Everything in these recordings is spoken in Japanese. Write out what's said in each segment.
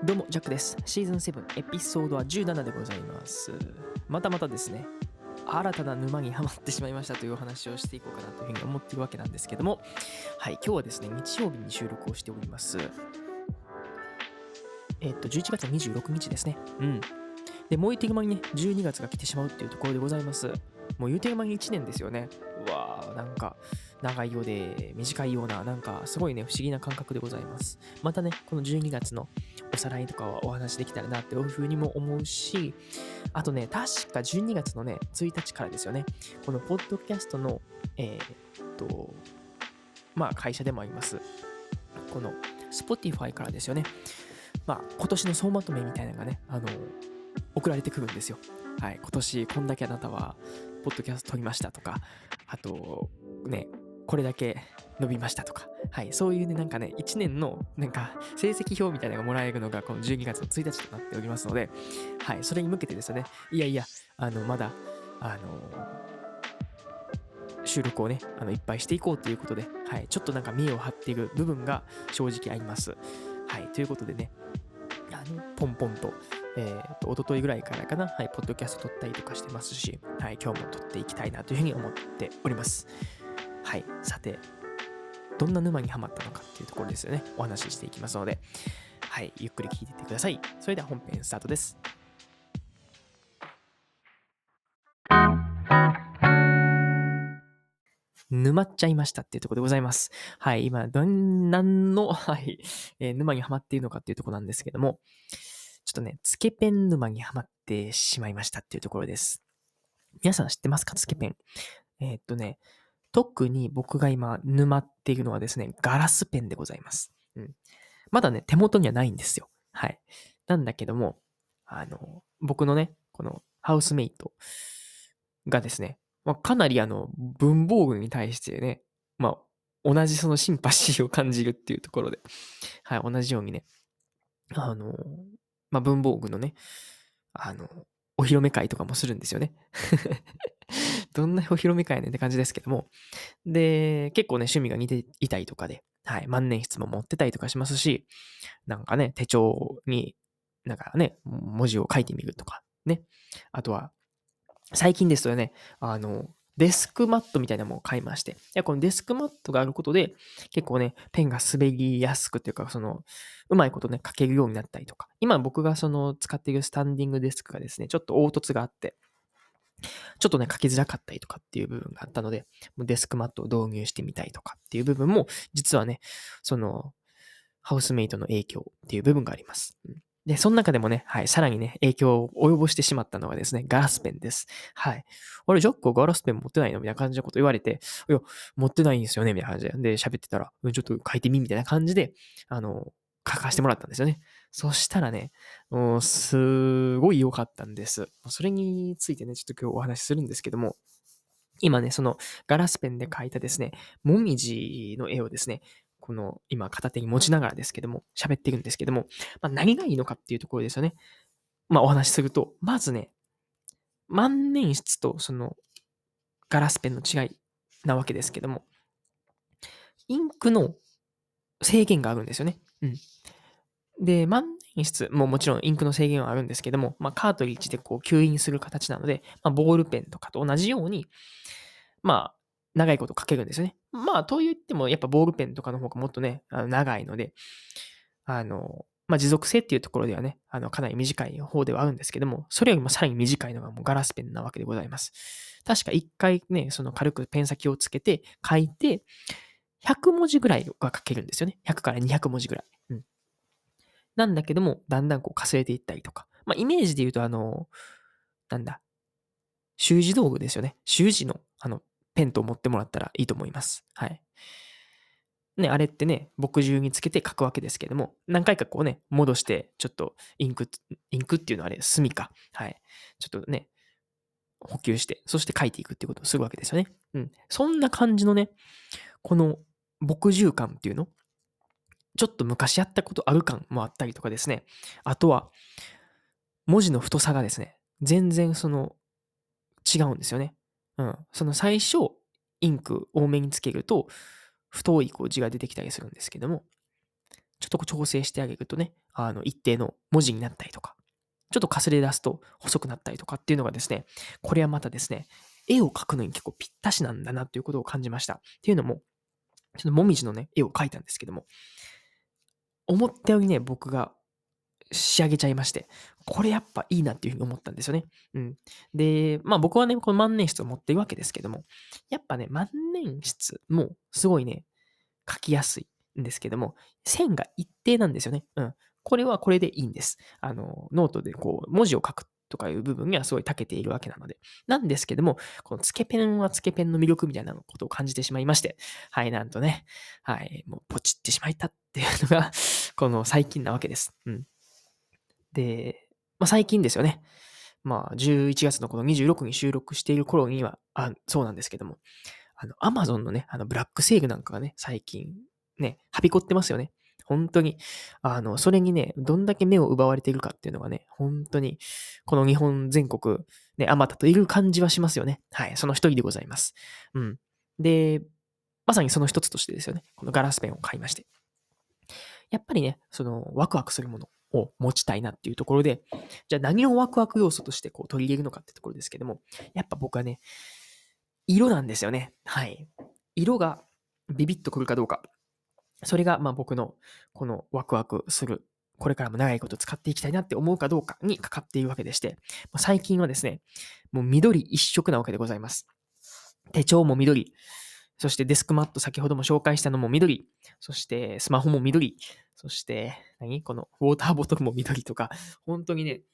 どうも、ジャックです。シーズン7、エピソードは17でございます。またまたですね、新たな沼にはまってしまいましたというお話をしていこうかなというふうに思っているわけなんですけども、はい、今日はですね、日曜日に収録をしております。11月26日ですね。で、もう言ってる間にね、12月が来てしまうっていうところでございます。もう言うてる間に1年ですよね。うわー、なんか、長いようで短いような、なんか、すごいね、不思議な感覚でございます。またね、この12月のおさらいとかはお話できたらなっていうふうにも思うし、あとね、確か12月のね、1日からですよね、このポッドキャストの、会社でもあります、この Spotify からですよね、今年の総まとめみたいなのがね、送られてくるんですよ。はい、今年こんだけあなたはポッドキャスト撮りましたとか、あとね、これだけ伸びましたとか、はい、そういうね、なんかね、1年のなんか成績表みたいなのがもらえるのがこの12月の1日となっておりますので、はい、それに向けてですよね、まだ、あの収録をね、いっぱいしていこうということで、はい、ちょっとなんか見栄を張っている部分が正直あります。はい、ということでね、ポンポンと、一昨日ぐらいからかな、はい、ポッドキャスト撮ったりとかしてますし、はい、今日も撮っていきたいなというふうに思っております。はい、さて、どんな沼にはまったのかっていうところですよね、お話ししていきますので、はい、ゆっくり聞いていってください。それでは本編スタートです。沼っちゃいましたっていうところでございます。はい、今、何の、はい、沼にはまっているのかっていうところなんですけども、ちょっとね、つけペン沼にはまってしまいましたっていうところです。皆さん知ってますか、つけペン。特に僕が今沼っているのはですね、ガラスペンでございます。まだね、手元にはないんですよ。はい。なんだけども、僕のね、このハウスメイトがですね、かなり文房具に対してね、同じそのシンパシーを感じるっていうところで、はい、同じようにね、あの、文房具のね、あの、お披露目会とかもするんですよね。どんなお披露目会やねんって感じですけども。で、結構ね、趣味が似ていたりとかで、はい、万年筆も持ってたりとかしますし、なんかね、手帳に、なんかね、文字を書いてみるとか、ね。あとは、最近ですとね、デスクマットみたいなものを買いまして、このデスクマットがあることで、結構ね、ペンが滑りやすくというか、うまいことね、書けるようになったりとか、今僕が使っているスタンディングデスクがですね、ちょっと凹凸があって、ちょっとね、書きづらかったりとかっていう部分があったので、デスクマットを導入してみたりとかっていう部分も、実はね、ハウスメイトの影響っていう部分があります。で、その中でもね、はい、さらにね、影響を及ぼしてしまったのがですね、ガラスペンです。はい。あれ、ジャックはガラスペン持ってないのみたいな感じのこと言われて、いや、持ってないんですよねみたいな感じで。で、喋ってたら、ちょっと書いてみみたいな感じで、書かせてもらったんですよね。そしたらね、もう、すごい良かったんです。それについてね、ちょっと今日お話しするんですけども、今ね、そのガラスペンで描いたですね、もみじの絵をですね、この今片手に持ちながらですけども、喋ってるんですけども、何がいいのかっていうところですよね。お話しすると、まずね、万年筆とそのガラスペンの違いなわけですけども、インクの制限があるんですよね。で、万年筆ももちろんインクの制限はあるんですけども、カートリッジでこう吸引する形なので、ボールペンとかと同じように、長いこと書けるんですよね。と言っても、やっぱボールペンとかの方がもっとね、長いので、持続性っていうところではね、かなり短い方ではあるんですけども、それよりもさらに短いのがもうガラスペンなわけでございます。確か一回ね、その軽くペン先をつけて書いて、100文字ぐらいが書けるんですよね。100から200文字ぐらい。なんだけども、だんだんこう、かすれていったりとか。イメージで言うと、なんだ、習字道具ですよね。習字の、ペンと思ってもらったらいいと思います。はい。ね、あれってね、墨汁につけて書くわけですけども、何回かこうね、戻して、ちょっとインクっていうのはあれ、墨か。はい。ちょっとね、補給して、そして書いていくっていうことをするわけですよね。そんな感じのね、この墨汁感っていうの、ちょっと昔やったことある感もあったりとかですね。あとは、文字の太さがですね、全然違うんですよね。その最初、インク多めにつけると、太いこう字が出てきたりするんですけども、 ちょっとこう調整してあげるとね、一定の文字になったりとか、ちょっとかすれ出すと細くなったりとかっていうのがですね、これはまたですね、絵を描くのに結構ぴったしなんだなということを感じました。っていうのも、ちょっともみじのね、絵を描いたんですけども、思ったよりね、僕が仕上げちゃいまして、これやっぱいいなっていうふうに思ったんですよね。うん。で、まあ僕はね、この万年筆を持ってるわけですけども、やっぱね、万年筆もすごいね、書きやすいんですけども、線が一定なんですよね。うん。これはこれでいいんです。ノートでこう、文字を書くとかいう部分にはすごい長けているわけなので。なんですけども、このつけペンはつけペンの魅力みたいなことを感じてしまいまして、はい、なんとね、はい、もうポチってしまいたっていうのがこの最近なわけです。うん。で、まあ、最近ですよね。まあ、11月のこの26に収録している頃には、そうなんですけども、Amazon のね、ブラックセールなんかがね、最近、ね、はびこってますよね。本当に、それにね、どんだけ目を奪われているかっていうのがね、本当に、この日本全国、ね、あまたといる感じはしますよね。はい、その一人でございます。うん。で、まさにその一つとしてですよね、このガラスペンを買いまして。やっぱりね、そのワクワクするものを持ちたいなっていうところで、じゃあ何をワクワク要素としてこう取り入れるのかってところですけども、やっぱ僕はね、色なんですよね。はい。色がビビッとくるかどうか。それがまあ僕のこのワクワクする、これからも長いこと使っていきたいなって思うかどうかにかかっているわけでして、最近はですね、もう緑一色なわけでございます。手帳も緑、そしてデスクマット先ほども紹介したのも緑、そしてスマホも緑、そしてこのウォーターボトルも緑とか、本当にね、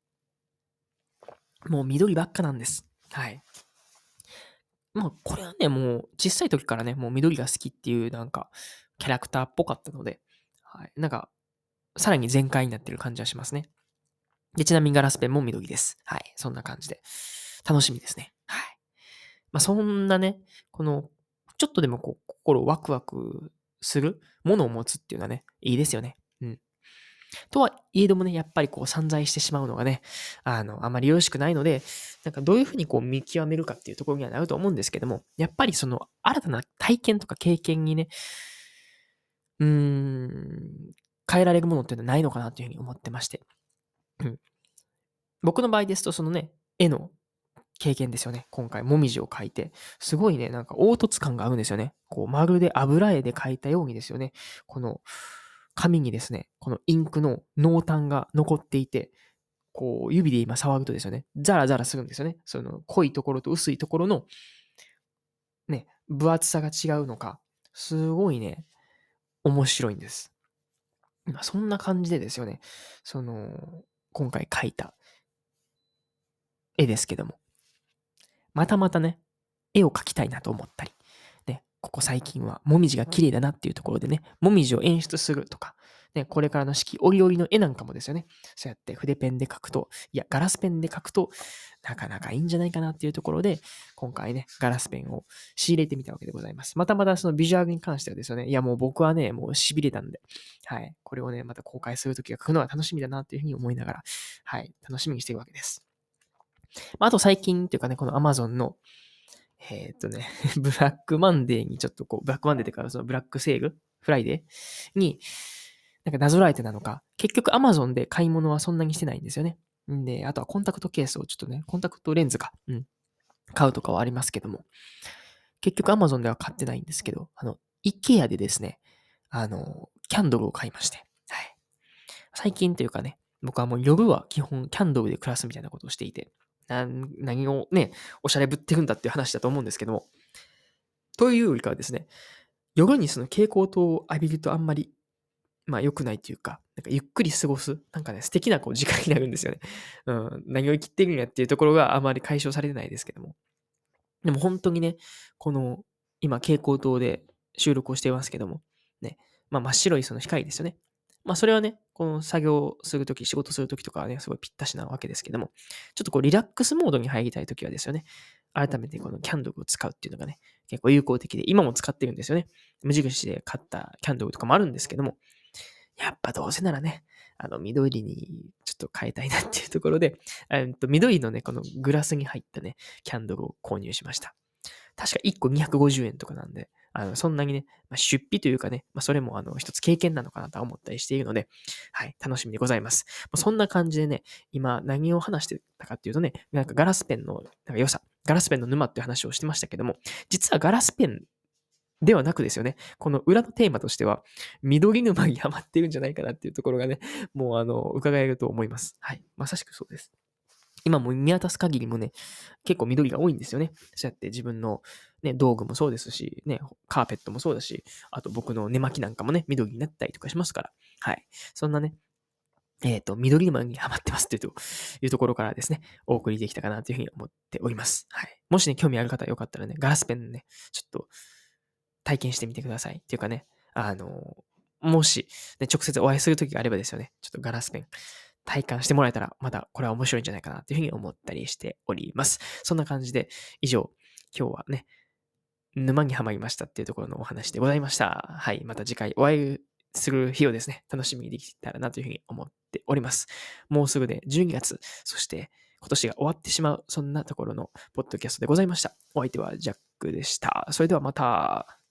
もう緑ばっかなんです。はい。まあ、これはね、もう小さい時からね、もう緑が好きっていうなんか、キャラクターっぽかったので、はい。なんか、さらに全開になってる感じはしますね。で、ちなみにガラスペンも緑です。はい。そんな感じで。楽しみですね。はい。まあ、そんなね、この、ちょっとでもこう、心ワクワクするものを持つっていうのはね、いいですよね。うん。とはいえどもね、やっぱりこう散財してしまうのがね、あまりよろしくないので、なんかどういうふうにこう見極めるかっていうところにはなると思うんですけども、やっぱりその新たな体験とか経験にね、うーん、変えられるものっていうのはないのかなというふうに思ってまして。うん。僕の場合ですと、そのね、絵の経験ですよね。今回、もみじを描いて、すごいね、なんか凹凸感があるんですよね。こう、まるで油絵で描いたようにですよね。この、紙にですね、このインクの濃淡が残っていて、こう、指で今触るとですよね、ザラザラするんですよね。その、濃いところと薄いところの、ね、分厚さが違うのか、すごいね、面白いんです。まあ、そんな感じでですよね、その、今回描いた絵ですけども、またまたね、絵を描きたいなと思ったり、ね、ここ最近はもみじが綺麗だなっていうところでね、もみじを演出するとか、ね、これからの四季折々の絵なんかもですよね、そうやって筆ペンで描くと、いや、ガラスペンで描くと、なかなかいいんじゃないかなっていうところで、今回ね、ガラスペンを仕入れてみたわけでございます。またまたそのビジュアルに関してはですよね、いやもう僕はね、もう痺れたんで、はい、これをね、また公開するときが来るのは楽しみだなっていうふうに思いながら、はい、楽しみにしているわけです。まあ、あと最近っていうかね、この Amazon のブラックマンデーにちょっとこう、ブラックマンデーっていうか、そのブラックセールフライデーに、なんかなぞらえてなのか、結局 Amazon で買い物はそんなにしてないんですよね。んで、あとはコンタクトケースをちょっとね、コンタクトレンズか、買うとかはありますけども、結局 Amazon では買ってないんですけど、IKEA でですね、キャンドルを買いまして、はい。最近というかね、僕はもう夜は基本キャンドルで暮らすみたいなことをしていて、何をね、おしゃれぶってるんだっていう話だと思うんですけども、というよりかはですね、夜にその蛍光灯を浴びるとあんまり、まあ良くないというか、なんかゆっくり過ごす、なんかね、素敵なこう時間になるんですよね。うん、何を生きてるんやっていうところがあまり解消されてないですけども。でも本当にね、この、今蛍光灯で収録をしていますけども、ね、まあ真っ白いその光ですよね。まあそれはね、この作業するとき、仕事するときとかはね、すごいぴったしなわけですけども、ちょっとこうリラックスモードに入りたいときはですよね、改めてこのキャンドルを使うっていうのがね、結構有効的で、今も使ってるんですよね。無印で買ったキャンドルとかもあるんですけども、やっぱどうせならね、緑にちょっと変えたいなっていうところで、緑のね、このグラスに入ったね、キャンドルを購入しました。 確か1個250円とかなんで、そんなにね、出費というかね、それも一つ経験なのかなとは思ったりしているので、はい、楽しみでございます。そんな感じでね、今何を話してたかっていうとね、なんかガラスペンの良さ、ガラスペンの沼っていう話をしてましたけども、実はガラスペンではなくですよね、この裏のテーマとしては、緑沼にハマってるんじゃないかなっていうところがね、もう伺えると思います。はい。まさしくそうです。今も見渡す限りもね、結構緑が多いんですよね。そうやって自分の、ね、道具もそうですし、ね、カーペットもそうだし、あと僕の寝巻きなんかもね、緑になったりとかしますから。はい。そんなね、緑沼にハマってますっていうところからですね、お送りできたかなというふうに思っております。はい。もしね、興味ある方よかったらね、ガラスペンね、ちょっと体験してみてください。っていうかね、もし、ね、直接お会いする時があればですよね、ちょっとガラスペン体感してもらえたら、またこれは面白いんじゃないかなというふうに思ったりしております。そんな感じで、以上、今日はね、沼にはまりましたっていうところのお話でございました。はい。また次回お会いする日をですね、楽しみにできたらなというふうに思っております。もうすぐで12月、そして今年が終わってしまう、そんなところのポッドキャストでございました。お相手はジャックでした。それではまた。